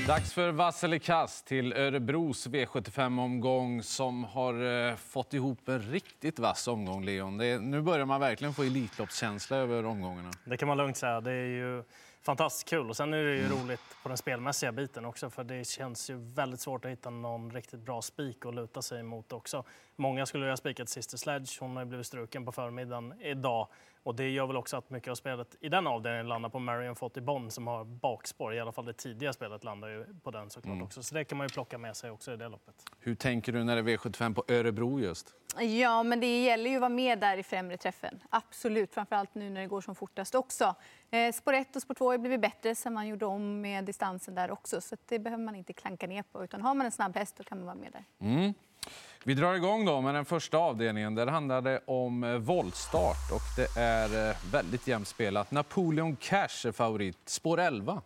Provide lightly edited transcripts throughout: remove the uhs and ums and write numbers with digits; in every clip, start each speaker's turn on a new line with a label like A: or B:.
A: Dags för vass eller kast till Örebros V75-omgång som har fått ihop en riktigt vass omgång, Leon. Nu börjar man verkligen få elitloppskänsla över omgångarna.
B: Det kan man lugnt säga. Det är ju fantastiskt kul. Och sen är det ju roligt på den spelmässiga biten också. För det känns ju väldigt svårt att hitta någon riktigt bra spik att luta sig emot också. Många skulle ha spikat Sister Sledge. Hon har ju blivit struken på förmiddagen idag. Och det gör väl också att mycket av spelet i den avdelningen landar på Marion Fought Bond som har bakspår. I alla fall det tidiga spelet landar ju på den såklart också. Så det kan man ju plocka med sig också i det loppet.
A: Hur tänker du när det är V75 på Örebro just?
C: Ja, men det gäller ju att vara med där i främre träffen. Absolut, framförallt nu när det går som fortast också. Spår 1 och spår 2 har blivit bättre sen man gjorde om med distansen där också. Så det behöver man inte klanka ner på. Utan har man en snabb häst då kan man vara med där.
A: Mm. Vi drar igång då med den första avdelningen. Där handlar det om voltstart och det är väldigt jämnt spelat. Napoleon Cash är favorit. Spår 11.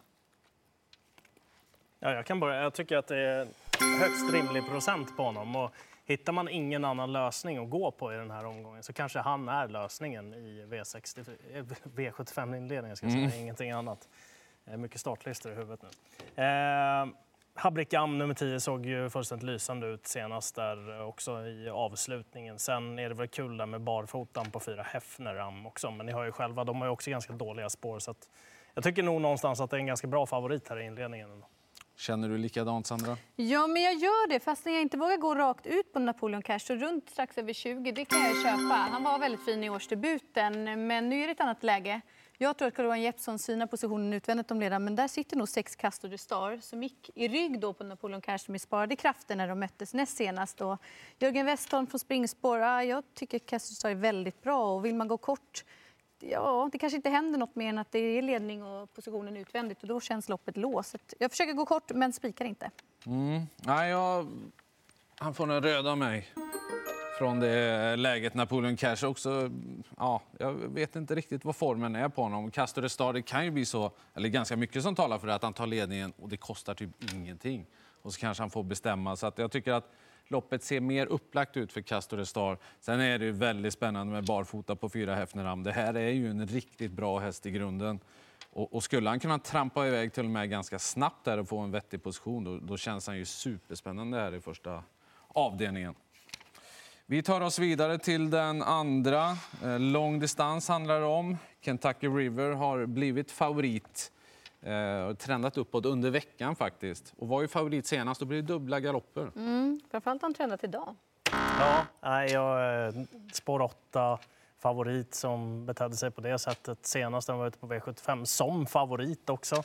B: Ja, jag kan börja. Jag tycker att det är högst rimlig procent på honom. Och hittar man ingen annan lösning att gå på i den här omgången så kanske han är lösningen i V75-inledningen. Ska jag säga. Ingenting annat. Mycket startlistor i huvudet nu. Habrikam nummer 10 såg ju fullständigt lysande ut senast där också i avslutningen. Sen är det väl kul där med barfotan på 4 Hefneram också. Men ni har ju själva, de har ju också ganska dåliga spår. Så att jag tycker nog någonstans att det är en ganska bra favorit här i inledningen.
A: Känner du likadant, Sandra?
C: Ja, men jag gör det. Fast när jag inte vågar gå rakt ut på Napoleon Cash så runt strax över 20, det kan jag köpa. Han var väldigt fin i årsdebuten, men nu är det ett annat läge. Jag tror att Carl-Johan Jeppsson synar positionen utvändigt om ledaren, men där sitter nog 6 Castor de Star som gick i rygg då på Napoleon Cash som sparade kraften när de möttes näst senast. Och Jörgen Westholm från springspår, jag tycker Castor de Star är väldigt bra och vill man gå kort, ja, det kanske inte händer något mer än att det är ledning och positionen utvändigt och då känns loppet låst. Jag försöker gå kort men spikar inte.
A: Nej, han får en röd av mig. Från det läget Napoleon Cash också, ja, jag vet inte riktigt vad formen är på honom. Castor de Star, det kan ju bli så, eller ganska mycket som talar för att han tar ledningen och det kostar typ ingenting. Och så kanske han får bestämma. Så att jag tycker att loppet ser mer upplagt ut för Castor de Star. Sen är det ju väldigt spännande med barfota på 4 Hefneram. Det här är ju en riktigt bra häst i grunden. Och skulle han kunna trampa iväg till och med ganska snabbt där och få en vettig position, då känns han ju superspännande här i första avdelningen. Vi tar oss vidare till den andra. Lång distans handlar det om. Kentucky River har blivit favorit. Trendat uppåt under veckan faktiskt. Och var ju favorit senast, då blir det dubbla galopper.
C: Framförallt han trendat idag.
B: Ja, jag spår 8 favorit som betedde sig på det sättet. Senast han var ute på V75 som favorit också.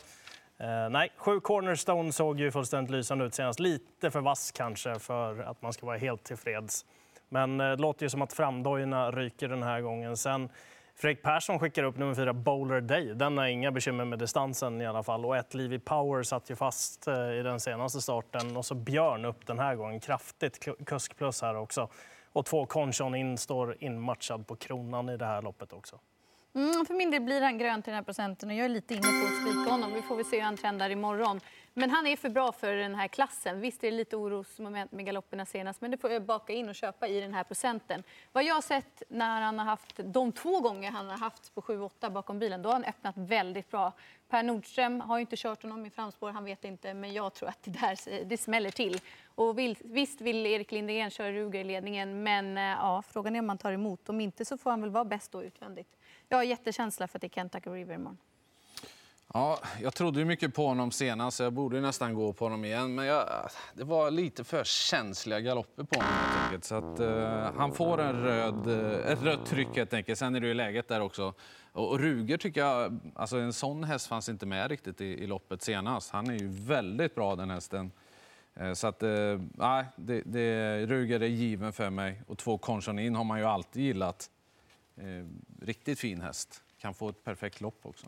B: 7 Cornerstone såg ju fullständigt lysande ut senast. Lite för vass kanske för att man ska vara helt tillfreds. Men det låter ju som att framdojorna ryker den här gången. Sen Fredrik Persson skickar upp nummer 4 Bowler Day. Den har inga bekymmer med distansen i alla fall. Och 1 Livy Power satt ju fast i den senaste starten. Och så Björn upp den här gången. Kraftigt kuskplus här också. Och 2 Conchon in står inmatchad på kronan i det här loppet också.
C: För min del blir han grön till den här procenten och jag är lite inne på att spika honom. Vi får väl se hur han trendar imorgon. Men han är för bra för den här klassen. Visst är det lite orosmoment med galopperna senast, men det får jag baka in och köpa i den här procenten. Vad jag har sett när han har haft de 2 gånger han har haft på 7-8 bakom bilen, då har han öppnat väldigt bra. Per Nordström har ju inte kört honom i framspår, han vet inte, men jag tror att det smäller till. Och visst vill Erik Lindgren köra Ruger i ledningen, men frågan är om man tar emot. Om inte så får han väl vara bäst då utvändigt. Jag har jättekänsla för att det är Kentucky River imorgon.
A: Ja, jag trodde ju mycket på honom senast så jag borde nästan gå på honom igen. Men det var lite för känsliga galopper på honom helt enkelt. Så att han får ett rött tryck helt enkelt. Sen är det ju läget där också. Och Ruger tycker jag, alltså en sån häst fanns inte med riktigt i loppet senast. Han är ju väldigt bra den hästen. Så att Ruger är given för mig. Och 2 Conchon in har man ju alltid gillat. Riktigt fin häst. Kan få ett perfekt lopp också.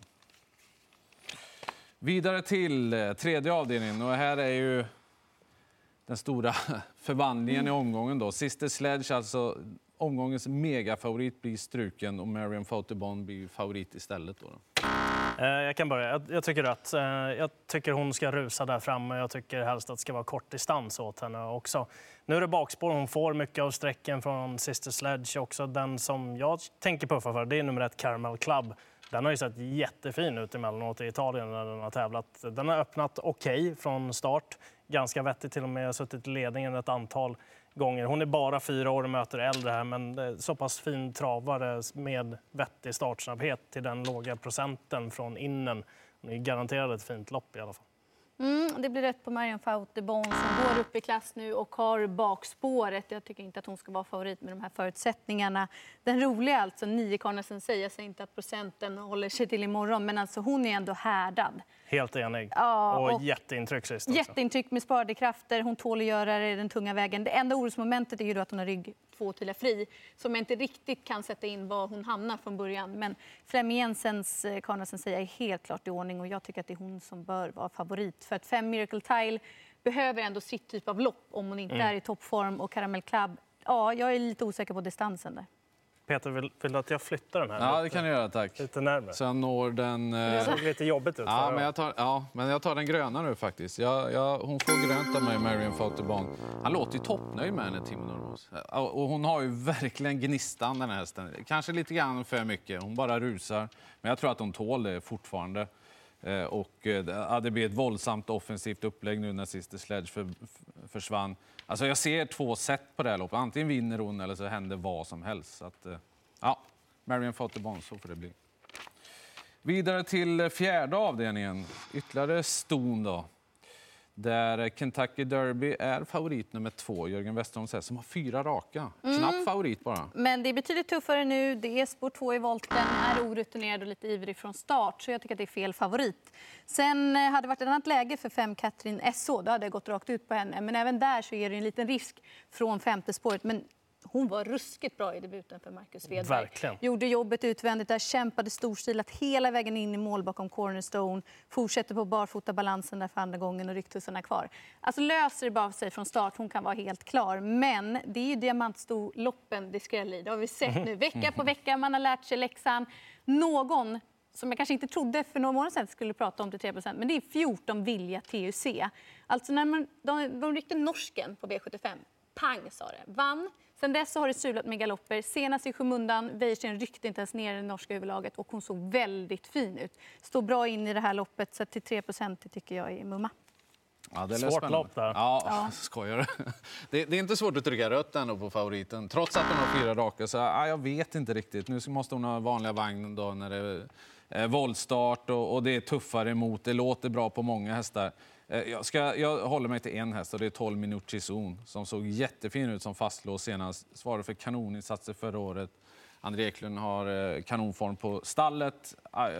A: Vidare till tredje avdelningen och här är ju den stora förvandlingen i omgången då. Sister Sledge, alltså omgångens megafavorit, blir struken och Marion Fought Bond blir favorit istället då.
B: Jag kan börja. Jag tycker att jag tycker hon ska rusa där framme. Jag tycker helst att det ska vara kort distans åt henne också. Nu är det bakspår. Hon får mycket av sträcken från Sister Sledge också. Den som jag tänker puffa för, det är nummer 1 Caramel Club Den har ju sett jättefin ut emellanåt i Italien när den har tävlat. Den har öppnat okej från start. Ganska vettigt, till och med suttit i ledningen ett antal gånger. Hon är bara 4 år och möter äldre här, men så pass fin travare med vettig startsnabbhet till den låga procenten från innen. Hon är garanterad ett fint lopp i alla fall.
C: Det blir rätt på Marion Fautebon som går upp i klass nu och har bakspåret. Jag tycker inte att hon ska vara favorit med de här förutsättningarna. Den roliga alltså, 9 Carnasen säger sig inte att procenten håller sig till imorgon, men alltså hon är ändå härdad.
B: Helt enig.
C: Ja,
B: och jätteintryck sist också.
C: Jätteintryck med sparade krafter. Hon tål att göra det i den tunga vägen. Det enda orosmomentet är ju då att hon har rygg 2 tydliga fri. Som jag inte riktigt kan sätta in var hon hamnar från början. Men Flemming Jensens Carnasen säger är helt klart i ordning. Och jag tycker att det är hon som bör vara favorit. För att 5 Miracle Tile behöver ändå sitt typ av lopp om hon inte är i toppform. Och Caramel Club, ja, jag är lite osäker på distansen där.
B: Peter, vill du att jag flyttar den här?
A: Ja, det kan du göra, tack.
B: Lite närmare.
A: Så jag når den...
B: Det såg lite jobbigt ut.
A: Men jag tar den gröna nu faktiskt. Hon får grönt av mig, Marion Fautebon. Han låter ju toppnöjd med henne, Timo Nurmos. Och hon har ju verkligen gnistan, den här hästen. Kanske lite grann för mycket. Hon bara rusar. Men jag tror att hon tål det fortfarande. Det blir ett våldsamt offensivt upplägg nu när Sister Sledge försvann. Alltså jag ser 2 sätt på det här loppet. Antingen vinner hon eller så händer vad som helst. Så att, Marion Fautebon, så får det bli. Vidare till fjärde avdelningen. Ytterligare ston då. Där Kentucky Derby är favorit nummer 2. Jörgen Westerholm säger, som har 4 raka. Knapp favorit bara.
C: Men det är betydligt tuffare nu. Det är spår 2 i volt. Den är orutinerad och lite ivrig från start. Så jag tycker att det är fel favorit. Sen hade det varit ett annat läge för 5 Katrin S.O. Då hade jag gått rakt ut på henne. Men även där så är det en liten risk från 5:e spåret. Men hon var ruskigt bra i debuten för Marcus Svedberg.
B: Verkligen.
C: Gjorde jobbet utvändigt där, kämpade storstilat hela vägen in i mål bakom Cornerstone. Fortsätter på barfota balansen där för andra gången och rycktussarna kvar. Alltså löser det bara sig från start, hon kan vara helt klar. Men det är ju diamantstorloppen det skräller i. Det har vi sett nu vecka på vecka, man har lärt sig läxan. Någon som jag kanske inte trodde för några månader sedan skulle prata om till 3%, men det är 14 Vilja TUC. Alltså när de ryckte norsken på V75, pang sa det, vann. Sen dess har det strulat med galopper. Senast i skymundan, Weirsten ryckte inte ens ner det norska överlaget och hon såg väldigt fin ut. Står bra in i det här loppet, så till 3% det tycker jag är mumma.
A: Ja, det är
B: svårt lopp där.
A: Ja, skojar. Det är inte svårt att trycka rött ändå på favoriten. Trots att hon har 4 raka så jag vet inte riktigt. Nu måste hon ha vanliga vagn då när det är våldstart och det är tuffare emot. Det låter bra på många hästar. Jag håller mig till en häst och det är 12 Minucci Zon som såg jättefin ut som fastlås senast. Svarade för kanoninsatser förra året. André Eklund har kanonform på stallet.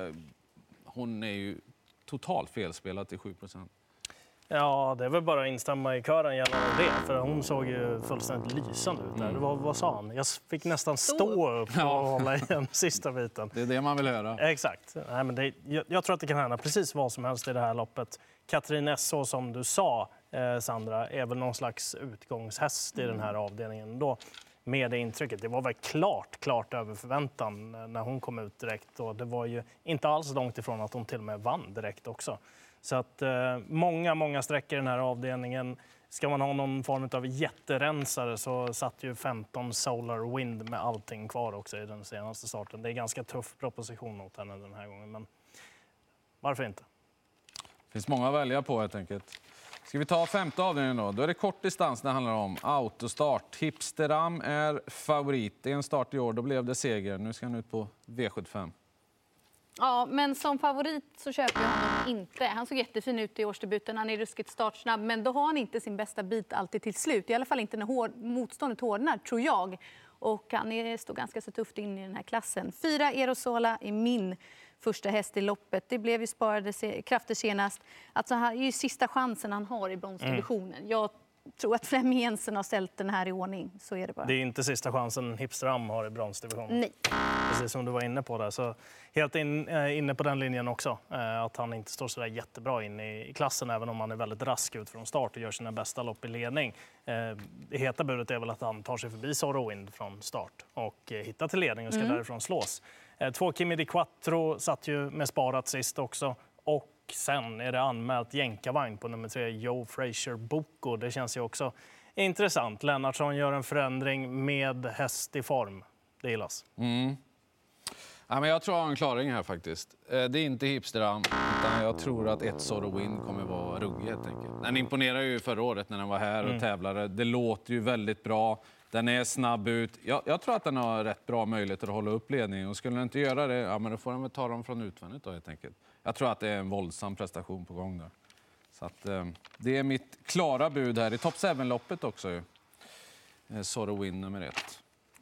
A: Hon är ju totalt felspelad till 7%.
B: Ja, det är väl bara att instämma i kören gällande det. För hon såg ju fullständigt lysande ut där. Vad sa han? Jag fick nästan stå upp och hålla igen sista biten.
A: Det är det man vill höra.
B: Exakt. Nej, men jag tror att det kan hända precis vad som helst i det här loppet. Katrin S.O. som du sa, Sandra, är väl någon slags utgångshäst i den här avdelningen då. Med det intrycket. Det var väl klart över förväntan när hon kom ut direkt. Och det var ju inte alls långt ifrån att hon till och med vann direkt också. Så att många sträckor i den här avdelningen. Ska man ha någon form av jätterensare så satt ju 15 Solar Wind med allting kvar också i den senaste starten. Det är ganska tuff proposition mot henne den här gången, men varför inte?
A: Det finns många att välja på helt enkelt. Ska vi ta 5:e avdelningen då? Då är det kort distans det handlar om. Autostart. Hipsteram är favorit. Det är en start i år, då blev det seger. Nu ska han ut på V75.
C: Ja, men som favorit så köper jag honom inte. Han såg jättefin ut i årsdebuten. Han är ruskigt startsnabb, men då har han inte sin bästa bit alltid till slut. I alla fall inte när motståndet hårdnar, tror jag. Och han står ganska så tufft in i den här klassen. 4 Aerosola är min första häst i loppet. Det blev ju sparade krafter senast. Alltså, det är ju sista chansen han har i bronsdivisionen. Jag tror att Flemming Jensen har ställt den här i ordning. Så är det bara.
B: Det är inte sista chansen Hipsteram har i bronsdivisionen.
C: Nej.
B: Precis som du var inne på där. Så helt inne på den linjen också. Att han inte står så där jättebra in i klassen, även om han är väldigt rask ut från start och gör sina bästa lopp i ledning. Det heta budet är väl att han tar sig förbi Zorro Wind från start och hittar till ledning och ska därifrån slås. 2 Kimi Di Quattro satt ju med sparat sist också. Och sen är det anmält jänkarvagn på nummer 3, Joe Frazier Boko. Det känns ju också intressant. Lennartsson gör en förändring med häst i form. Det gillas.
A: Ja, men jag tror jag har en klaring här faktiskt. Det är inte Hipsteram, utan jag tror att ett Sort of Win kommer vara ruggig helt enkelt. Den imponerade ju förra året när den var här och tävlade. Det låter ju väldigt bra. Den är snabb ut. Jag tror att den har rätt bra möjligheter att hålla upp ledningen. Och skulle den inte göra det, ja, men då får den väl ta dem från utvändigt då helt enkelt. Jag tror att det är en våldsam prestation på gång där. Så att, det är mitt klara bud här i Top 7-loppet också ju. Sort of Win nummer 1.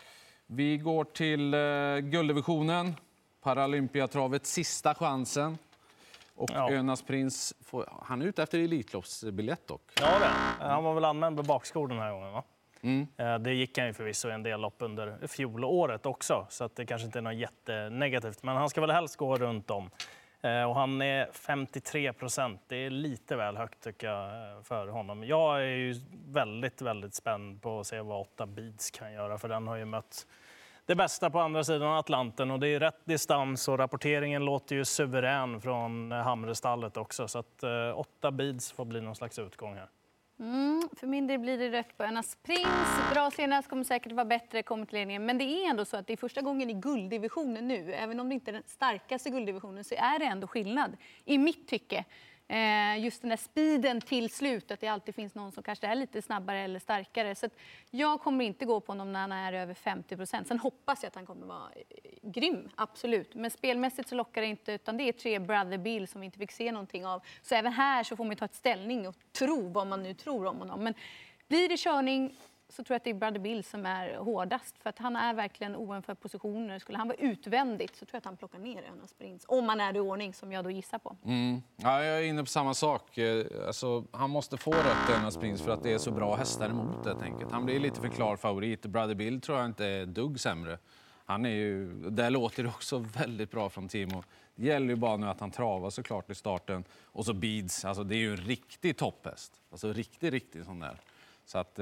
A: Vi går till gulddivisionen. Paralympiatravet, sista chansen. Och Önas Prins, han är ute efter Elitloppsbiljett dock.
B: Ja, det. Han var väl anmäld med bakskor den här gången, va? Det gick han ju förvisso en del lopp under fjolåret också, så att det kanske inte är något jättenegativt. Men han ska väl helst gå runt om. Och han är 53%. Det är lite väl högt tycker jag för honom. Jag är ju väldigt, väldigt spänd på att se vad 8 Beads kan göra. För den har ju mött det bästa på andra sidan Atlanten. Och det är rätt distans och rapporteringen låter ju suverän från Hamrestallet också. Så att 8 Beads får bli någon slags utgång här.
C: För min del blir det rött på Önas Prins. Bra senast, kommer säkert vara bättre, kommer till ledningen. Men det är ändå så att det är första gången i gulddivisionen nu. Även om det inte är den starkaste gulddivisionen så är det ändå skillnad i mitt tycke. Just den där speeden till slut, att det alltid finns någon som kanske är lite snabbare eller starkare. Så att jag kommer inte gå på honom när han är över 50%. Sen hoppas jag att han kommer vara grym, absolut. Men spelmässigt så lockar det inte, utan det är 3 Brother Bill som vi inte fick se någonting av. Så även här så får man ta ett ställning och tro vad man nu tror om honom. Men blir det körning så tror jag att det är Brother Bill som är hårdast. För att han är verkligen oen för positioner. Skulle han vara utvändigt så tror jag att han plockar ner Önas Prins. Om man är i ordning, som jag då gissar på.
A: Ja, jag är inne på samma sak. Alltså, han måste få rött Önas Prins för att det är så bra hästar emot det, tänket. Han blir lite för klar favorit. Brother Bill tror jag inte är dugg sämre. Han är ju, där låter det också väldigt bra från Timo. Det gäller ju bara nu att han travar såklart i starten. Och så Beads, alltså det är ju en riktig topphäst. Alltså riktigt sån där. Så att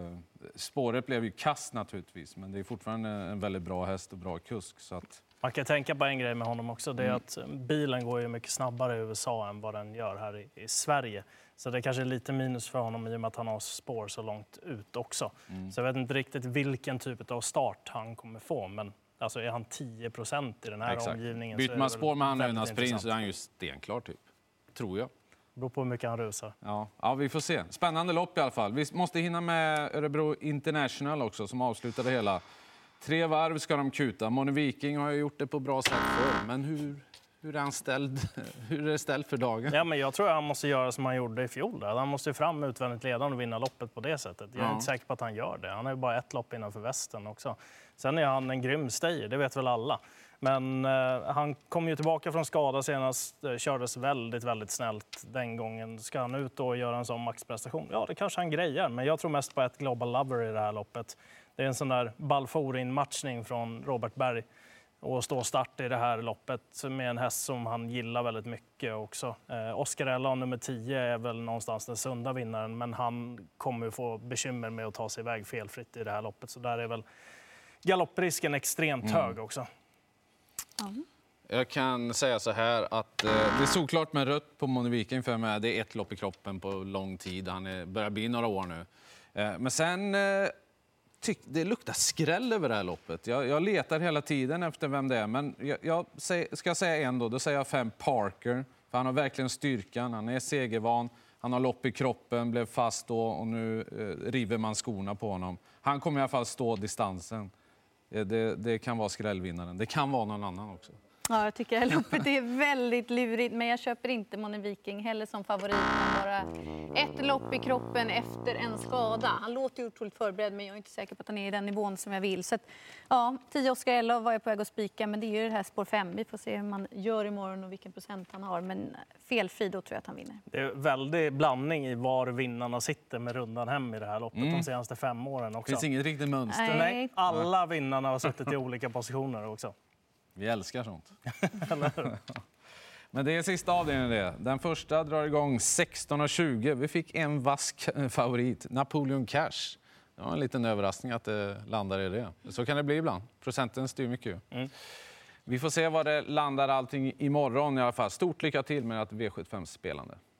A: spåret blev ju kast naturligtvis, men det är fortfarande en väldigt bra häst och bra kusk. Så att...
B: Man kan tänka på en grej med honom också, det är att bilen går ju mycket snabbare i USA än vad den gör här i Sverige. Så det är kanske är lite minus för honom i och med att han har spår så långt ut också. Så jag vet inte riktigt vilken typ av start han kommer få, men alltså är han 10% i den här omgivningen.
A: Byter man spår med han och Önas Prins så är han ju stenklar typ, tror jag.
B: Det beror på hur mycket han rusar.
A: Ja, vi får se. Spännande lopp i alla fall. Vi måste hinna med Örebro International också som avslutade hela. 3 varv ska de kuta. Moni Viking har ju gjort det på bra sätt förr. Men hur är han ställd? Hur är det ställt för dagen?
B: Ja, men jag tror att han måste göra som han gjorde i fjol. Han måste ju fram utvändigt ledande och vinna loppet på det sättet. Jag är inte säker på att han gör det. Han har ju bara ett lopp innanför västen också. Sen är han en grym stayer, det vet väl alla. Men han kom ju tillbaka från skada senast, kördes väldigt snällt den gången. Ska han ut och göra en sån maxprestation? Ja, det kanske han grejer, men jag tror mest på ett Global Lover i det här loppet. Det är en sån där Balfour-matchning från Robert Berg och stå start i det här loppet med en häst som han gillar väldigt mycket också. Oscar Ella nummer 10 är väl någonstans den sunda vinnaren, men han kommer få bekymmer med att ta sig iväg felfritt i det här loppet. Så där är väl galopprisken extremt hög också.
A: Jag kan säga så här att det är såklart med rött på Moni Viking för mig. Det är ett lopp i kroppen på lång tid. Han börjar bli några år nu. Men sen det luktar skräll över det här loppet. Jag letar hela tiden efter vem det är. Men ska jag säga en då säger jag 5 Parker. För han har verkligen styrkan. Han är segervan. Han har lopp i kroppen, blev fast då och nu river man skorna på honom. Han kommer i alla fall stå distansen. Det kan vara skrällvinnaren. Det kan vara någon annan också.
C: Ja, jag tycker att loppet är väldigt lurigt, men jag köper inte Moni Viking heller som favorit. Han bara ett lopp i kroppen efter en skada. Han låter ju otroligt förberedd, men jag är inte säker på att han är i den nivån som jag vill. Så att, 10 Oscar Ella var jag på väg att spika, men det är ju det här spår 5. Vi får se hur man gör imorgon och vilken procent han har. Men felfri, då tror jag att han vinner. Det
B: är väldigt blandning i var vinnarna sitter med rundan hem i det här loppet de senaste 5 åren också.
A: Det finns inget riktigt mönster.
B: Nej, alla vinnarna har suttit i olika positioner också.
A: Vi älskar sånt. Men det är sista avdelningen det. Den första drar igång 16:20. Vi fick en vask favorit, Napoleon Cash. Det var en liten överraskning att det landar i det. Så kan det bli ibland. Procenten styr mycket. Vi får se var det landar allting imorgon i alla fall. Stort lycka till med att V75 spelande.